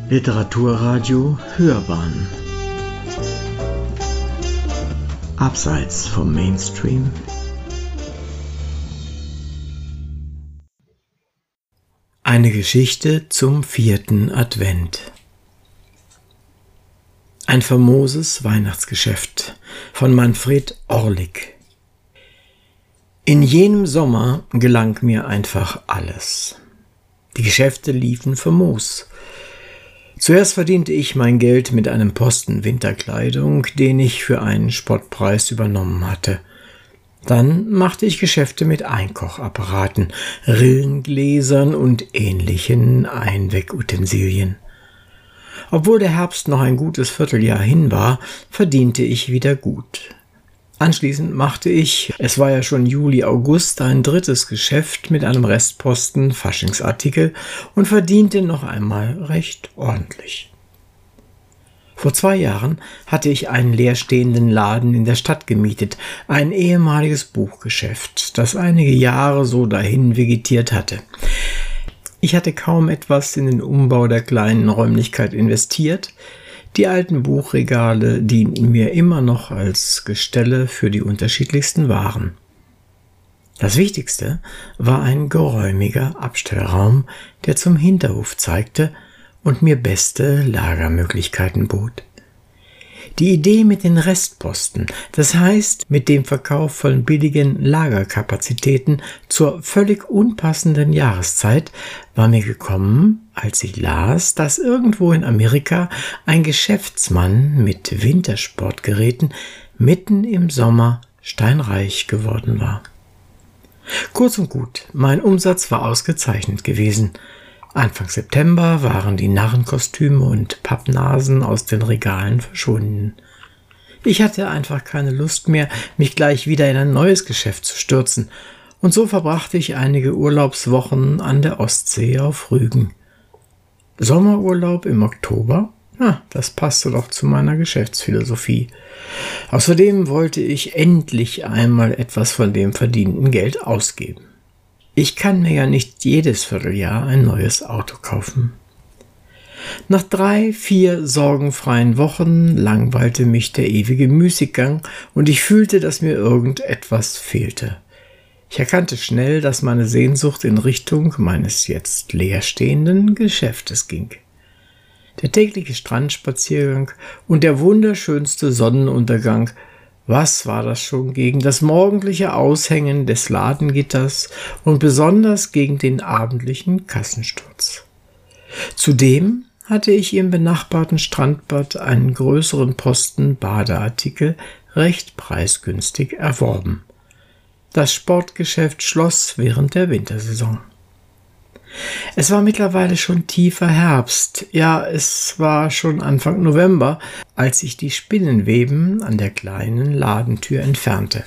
Literaturradio Hörbahn Abseits vom Mainstream. Eine Geschichte zum 4. Advent. Ein famoses Weihnachtsgeschäft von Manfred Orlik. In jenem Sommer gelang mir einfach alles. Die Geschäfte liefen famos. Zuerst verdiente ich mein Geld mit einem Posten Winterkleidung, den ich für einen Spottpreis übernommen hatte. Dann machte ich Geschäfte mit Einkochapparaten, Rillengläsern und ähnlichen Einwegutensilien. Obwohl der Herbst noch ein gutes Vierteljahr hin war, verdiente ich wieder gut. Anschließend machte ich, es war ja schon Juli, August, ein drittes Geschäft mit einem Restposten Faschingsartikel und verdiente noch einmal recht ordentlich. Vor 2 Jahren hatte ich einen leerstehenden Laden in der Stadt gemietet, ein ehemaliges Buchgeschäft, das einige Jahre so dahin vegetiert hatte. Ich hatte kaum etwas in den Umbau der kleinen Räumlichkeit investiert. Die alten Buchregale dienten mir immer noch als Gestelle für die unterschiedlichsten Waren. Das Wichtigste war ein geräumiger Abstellraum, der zum Hinterhof zeigte und mir beste Lagermöglichkeiten bot. Die Idee mit den Restposten, das heißt mit dem Verkauf von billigen Lagerkapazitäten zur völlig unpassenden Jahreszeit, war mir gekommen, als ich las, dass irgendwo in Amerika ein Geschäftsmann mit Wintersportgeräten mitten im Sommer steinreich geworden war. Kurz und gut, mein Umsatz war ausgezeichnet gewesen. Anfang September waren die Narrenkostüme und Pappnasen aus den Regalen verschwunden. Ich hatte einfach keine Lust mehr, mich gleich wieder in ein neues Geschäft zu stürzen, und so verbrachte ich einige Urlaubswochen an der Ostsee auf Rügen. Sommerurlaub im Oktober? Das passte doch zu meiner Geschäftsphilosophie. Außerdem wollte ich endlich einmal etwas von dem verdienten Geld ausgeben. Ich kann mir ja nicht jedes Vierteljahr ein neues Auto kaufen. Nach 3, 4 sorgenfreien Wochen langweilte mich der ewige Müßiggang und ich fühlte, dass mir irgendetwas fehlte. Ich erkannte schnell, dass meine Sehnsucht in Richtung meines jetzt leerstehenden Geschäftes ging. Der tägliche Strandspaziergang und der wunderschönste Sonnenuntergang, was war das schon gegen das morgendliche Aushängen des Ladengitters und besonders gegen den abendlichen Kassensturz. Zudem hatte ich im benachbarten Strandbad einen größeren Posten Badeartikel recht preisgünstig erworben. Das Sportgeschäft schloss während der Wintersaison. Es war mittlerweile schon tiefer Herbst, ja, es war schon Anfang November, als ich die Spinnenweben an der kleinen Ladentür entfernte.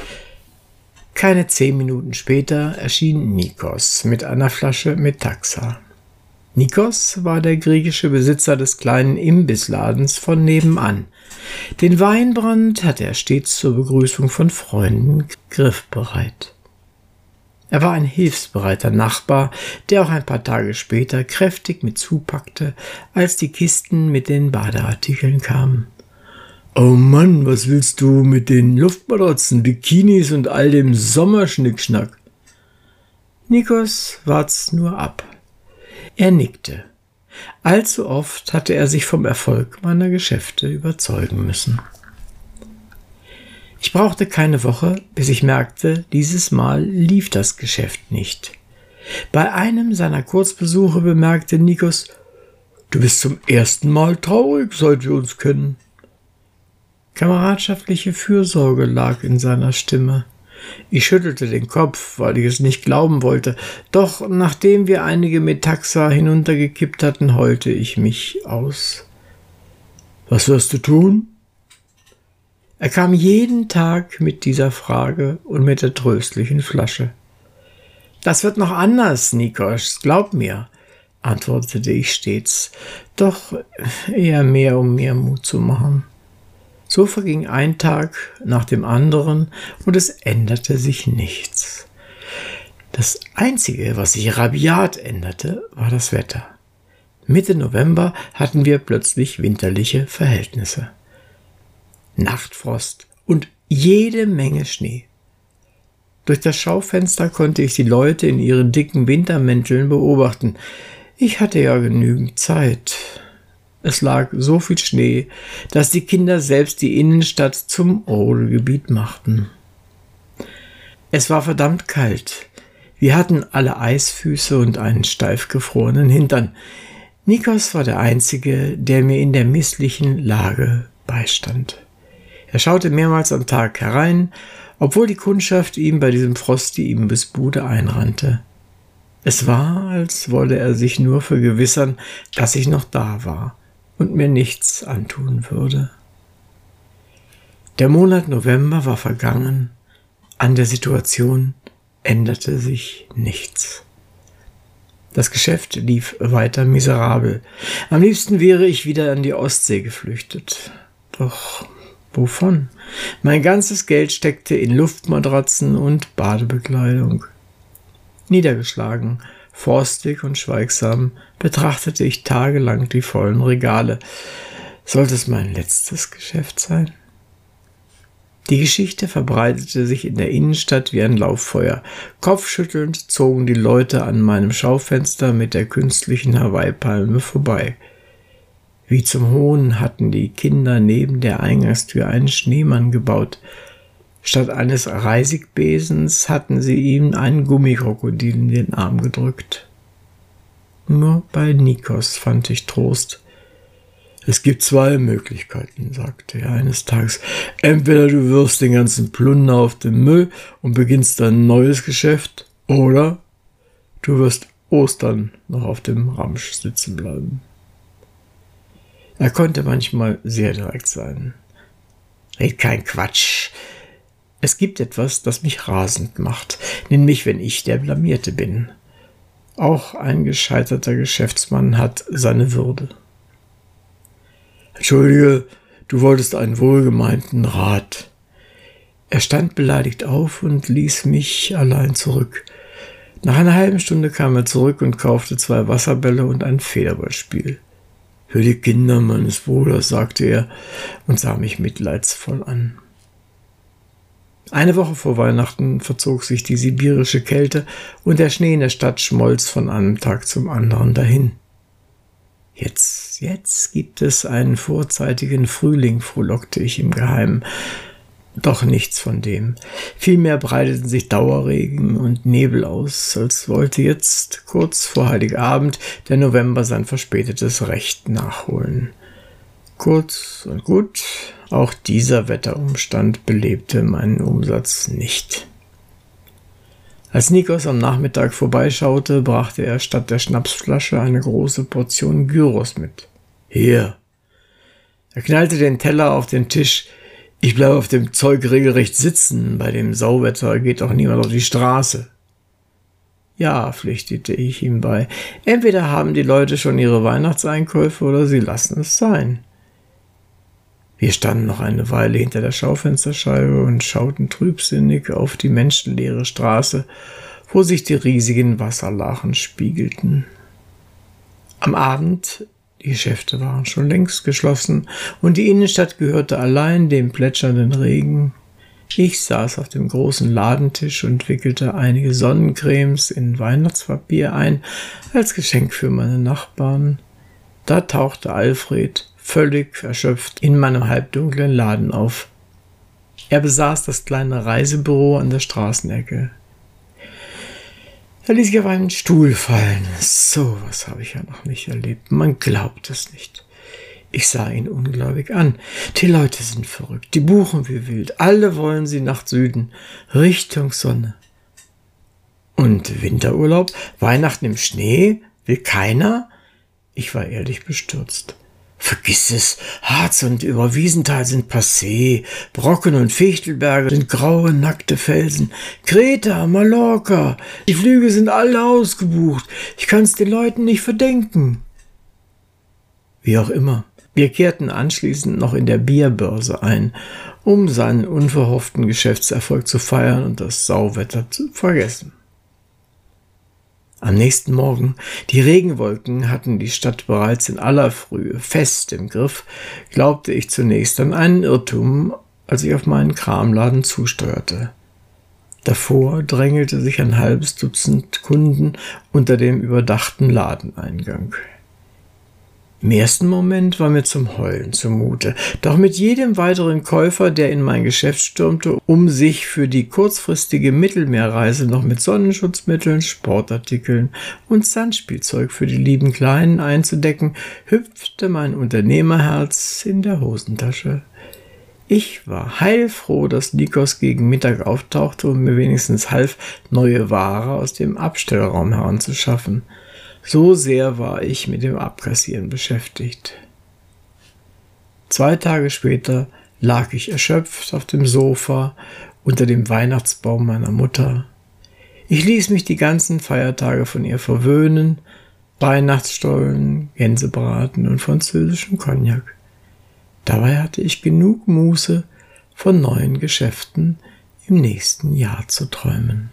Keine 10 Minuten später erschien Nikos mit einer Flasche Metaxa. Nikos war der griechische Besitzer des kleinen Imbissladens von nebenan. Den Weinbrand hatte er stets zur Begrüßung von Freunden griffbereit. Er war ein hilfsbereiter Nachbar, der auch ein paar Tage später kräftig mit zupackte, als die Kisten mit den Badeartikeln kamen. »Oh Mann, was willst du mit den Luftmatratzen, Bikinis und all dem Sommerschnickschnack?« Nikos wart's nur ab. Er nickte. Allzu oft hatte er sich vom Erfolg meiner Geschäfte überzeugen müssen. Ich brauchte keine Woche, bis ich merkte, dieses Mal lief das Geschäft nicht. Bei einem seiner Kurzbesuche bemerkte Nikos: »Du bist zum ersten Mal traurig, seit wir uns kennen.« Kameradschaftliche Fürsorge lag in seiner Stimme. Ich schüttelte den Kopf, weil ich es nicht glauben wollte, doch nachdem wir einige Metaxa hinuntergekippt hatten, heulte ich mich aus. »Was wirst du tun?« Er kam jeden Tag mit dieser Frage und mit der tröstlichen Flasche. »Das wird noch anders, Nikos, glaub mir«, antwortete ich stets, doch eher mehr, um mir Mut zu machen. So verging ein Tag nach dem anderen und es änderte sich nichts. Das Einzige, was sich rabiat änderte, war das Wetter. Mitte November hatten wir plötzlich winterliche Verhältnisse. Nachtfrost und jede Menge Schnee. Durch das Schaufenster konnte ich die Leute in ihren dicken Wintermänteln beobachten. Ich hatte ja genügend Zeit. Es lag so viel Schnee, dass die Kinder selbst die Innenstadt zum Rodelgebiet machten. Es war verdammt kalt. Wir hatten alle Eisfüße und einen steif gefrorenen Hintern. Nikos war der Einzige, der mir in der misslichen Lage beistand. Er schaute mehrmals am Tag herein, obwohl die Kundschaft ihm bei diesem Frost die Imbissbude einrannte. Es war, als wolle er sich nur vergewissern, dass ich noch da war und mir nichts antun würde. Der Monat November war vergangen, an der Situation änderte sich nichts. Das Geschäft lief weiter miserabel. Am liebsten wäre ich wieder an die Ostsee geflüchtet. Doch wovon? Mein ganzes Geld steckte in Luftmatratzen und Badebekleidung. Niedergeschlagen, forstig und schweigsam betrachtete ich tagelang die vollen Regale. Sollte es mein letztes Geschäft sein? Die Geschichte verbreitete sich in der Innenstadt wie ein Lauffeuer. Kopfschüttelnd zogen die Leute an meinem Schaufenster mit der künstlichen Hawaii-Palme vorbei. Wie zum Hohn hatten die Kinder neben der Eingangstür einen Schneemann gebaut. Statt eines Reisigbesens hatten sie ihm einen Gummikrokodil in den Arm gedrückt. Nur bei Nikos fand ich Trost. Es gibt zwei Möglichkeiten, sagte er eines Tages. Entweder du wirfst den ganzen Plunder auf den Müll und beginnst ein neues Geschäft, oder du wirst Ostern noch auf dem Ramsch sitzen bleiben. Er konnte manchmal sehr direkt sein. Red kein Quatsch. Es gibt etwas, das mich rasend macht, nämlich wenn ich der Blamierte bin. Auch ein gescheiterter Geschäftsmann hat seine Würde. Entschuldige, du wolltest einen wohlgemeinten Rat. Er stand beleidigt auf und ließ mich allein zurück. Nach einer halben Stunde kam er zurück und kaufte 2 Wasserbälle und ein Federballspiel. Für die Kinder meines Bruders, sagte er und sah mich mitleidsvoll an. Eine Woche vor Weihnachten verzog sich die sibirische Kälte und der Schnee in der Stadt schmolz von einem Tag zum anderen dahin. Jetzt gibt es einen vorzeitigen Frühling, frohlockte ich im Geheimen. Doch nichts von dem. Vielmehr breiteten sich Dauerregen und Nebel aus, als wollte jetzt, kurz vor Heiligabend, der November sein verspätetes Recht nachholen. Kurz und gut, auch dieser Wetterumstand belebte meinen Umsatz nicht. Als Nikos am Nachmittag vorbeischaute, brachte er statt der Schnapsflasche eine große Portion Gyros mit. Hier. Er knallte den Teller auf den Tisch. Ich bleibe auf dem Zeug regelrecht sitzen. Bei dem Sauwetter geht doch niemand auf die Straße. Ja, pflichtete ich ihm bei. Entweder haben die Leute schon ihre Weihnachtseinkäufe oder sie lassen es sein. Wir standen noch eine Weile hinter der Schaufensterscheibe und schauten trübsinnig auf die menschenleere Straße, wo sich die riesigen Wasserlachen spiegelten. Am Abend, die Geschäfte waren schon längst geschlossen und die Innenstadt gehörte allein dem plätschernden Regen. Ich saß auf dem großen Ladentisch und wickelte einige Sonnencremes in Weihnachtspapier ein als Geschenk für meine Nachbarn. Da tauchte Alfred völlig erschöpft in meinem halbdunklen Laden auf. Er besaß das kleine Reisebüro an der Straßenecke. Er ließ sich auf einen Stuhl fallen. So was habe ich ja noch nicht erlebt. Man glaubt es nicht. Ich sah ihn ungläubig an. Die Leute sind verrückt. Die buchen wie wild. Alle wollen sie nach Süden. Richtung Sonne. Und Winterurlaub? Weihnachten im Schnee? Will keiner? Ich war ehrlich bestürzt. Vergiss es, Harz und Überwiesenthal sind passé, Brocken und Fichtelberge sind graue, nackte Felsen, Kreta, Mallorca, die Flüge sind alle ausgebucht, ich kann's den Leuten nicht verdenken. Wie auch immer, wir kehrten anschließend noch in der Bierbörse ein, um seinen unverhofften Geschäftserfolg zu feiern und das Sauwetter zu vergessen. Am nächsten Morgen, die Regenwolken hatten die Stadt bereits in aller Frühe fest im Griff, glaubte ich zunächst an einen Irrtum, als ich auf meinen Kramladen zusteuerte. Davor drängelte sich ein halbes Dutzend Kunden unter dem überdachten Ladeneingang. Im ersten Moment war mir zum Heulen zumute, doch mit jedem weiteren Käufer, der in mein Geschäft stürmte, um sich für die kurzfristige Mittelmeerreise noch mit Sonnenschutzmitteln, Sportartikeln und Sandspielzeug für die lieben Kleinen einzudecken, hüpfte mein Unternehmerherz in der Hosentasche. Ich war heilfroh, dass Nikos gegen Mittag auftauchte und mir wenigstens half, neue Ware aus dem Abstellraum heranzuschaffen. So sehr war ich mit dem Abkassieren beschäftigt. 2 Tage später lag ich erschöpft auf dem Sofa unter dem Weihnachtsbaum meiner Mutter. Ich ließ mich die ganzen Feiertage von ihr verwöhnen, Weihnachtsstollen, Gänsebraten und französischen Cognac. Dabei hatte ich genug Muße, von neuen Geschäften im nächsten Jahr zu träumen.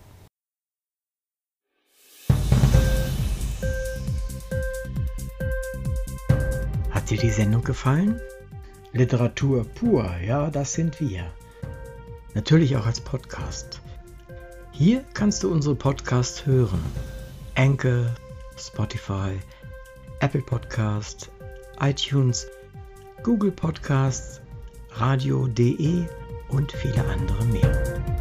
Hat dir die Sendung gefallen? Literatur pur, ja, das sind wir. Natürlich auch als Podcast. Hier kannst du unsere Podcasts hören. Anchor, Spotify, Apple Podcast, iTunes, Google Podcasts, radio.de und viele andere mehr.